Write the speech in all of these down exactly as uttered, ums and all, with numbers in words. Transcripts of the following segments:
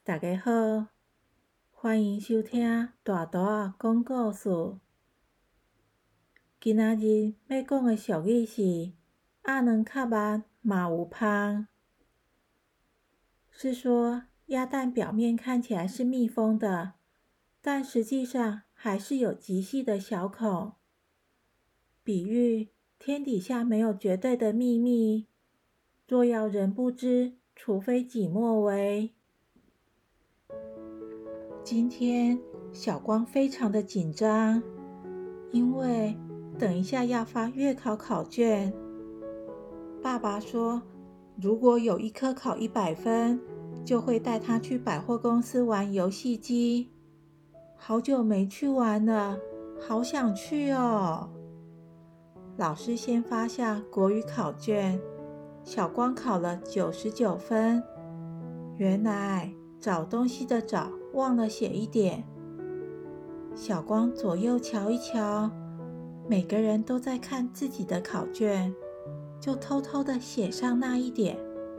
大家好，欢迎收听大图仔讲故事。今仔日要讲的俗语是“鸭卵较慢嘛有芳”，是说鸭蛋表面看起来是密封的，但实际上还是有极细的小孔。比喻天底下没有绝对的秘密，若要人不知，除非己莫为。今天小光非常的紧张，因为等一下要发月考考卷。爸爸说，如果有一科考一百分，就会带他去百货公司玩游戏机。好久没去玩了，好想去哦。老师先发下国语考卷，小光考了九十九分。原来找东西的找忘了写一点。小光左右瞧一瞧，每个人都在看自己的考卷，就偷偷的写上那一点。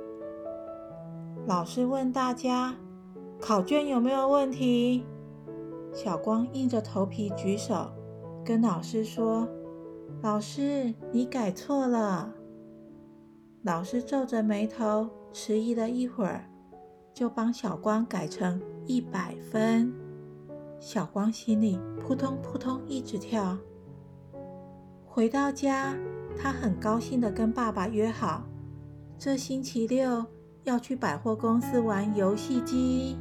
老师问大家，考卷有没有问题？小光硬着头皮举手，跟老师说，老师，你改错了。老师皱着眉头，迟疑了一会儿，就帮小光改成一百分。小光心里扑通扑通一直跳。回到家，他很高兴地跟爸爸约好，这星期六要去百货公司玩游戏机。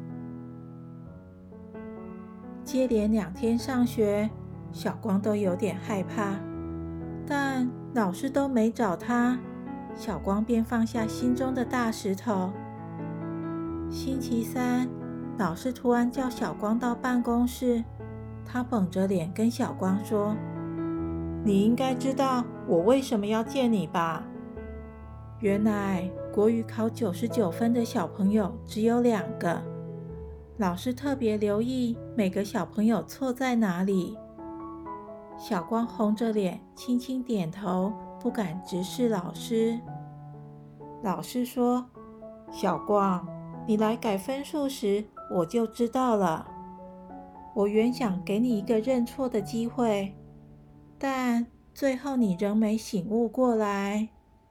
接连两天上学，小光都有点害怕，但老师都没找他，小光便放下心中的大石头。星期三，老师突然叫小光到办公室，他绷着脸跟小光说，你应该知道我为什么要见你吧？原来国语考九十九分的小朋友只有两个，老师特别留意每个小朋友错在哪里。小光红着脸轻轻点头，不敢直视老师。老师说，小光，你来改分数时我就知道了，我原想给你一个认错的机会，但最后你仍没醒悟过来。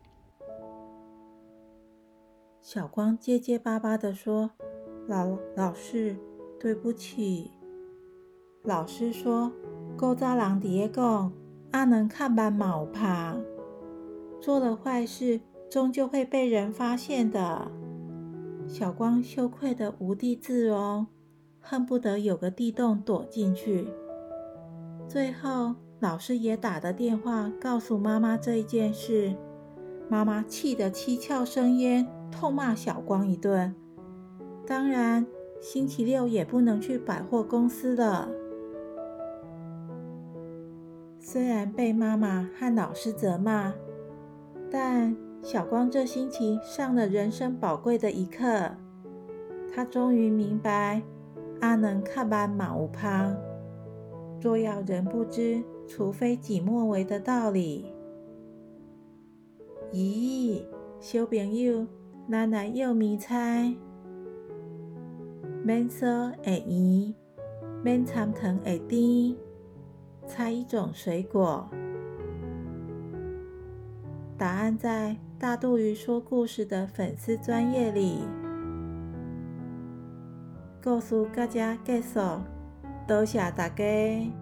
小光结结巴巴地说，老老师，对不起。老师说，古早人在咧讲，鸭卵较慢嘛有芳，做了坏事终究会被人发现的。小光羞愧得无地自容，恨不得有个地洞躲进去。最后老师也打了电话告诉妈妈这一件事，妈妈气得七窍生烟，痛骂小光一顿。当然星期六也不能去百货公司了。虽然被妈妈和老师责骂，但小光这星期上了人生宝贵的一课，他终于明白鸭卵较慢嘛有芳，若要人不知，除非己莫为的道理。咦，小朋友，咱来幼谜猜。免烧会圆，免掺糖会甜，猜一种水果。答案在大肚鱼说故事的粉丝专页里。故事到这结束，多谢大家。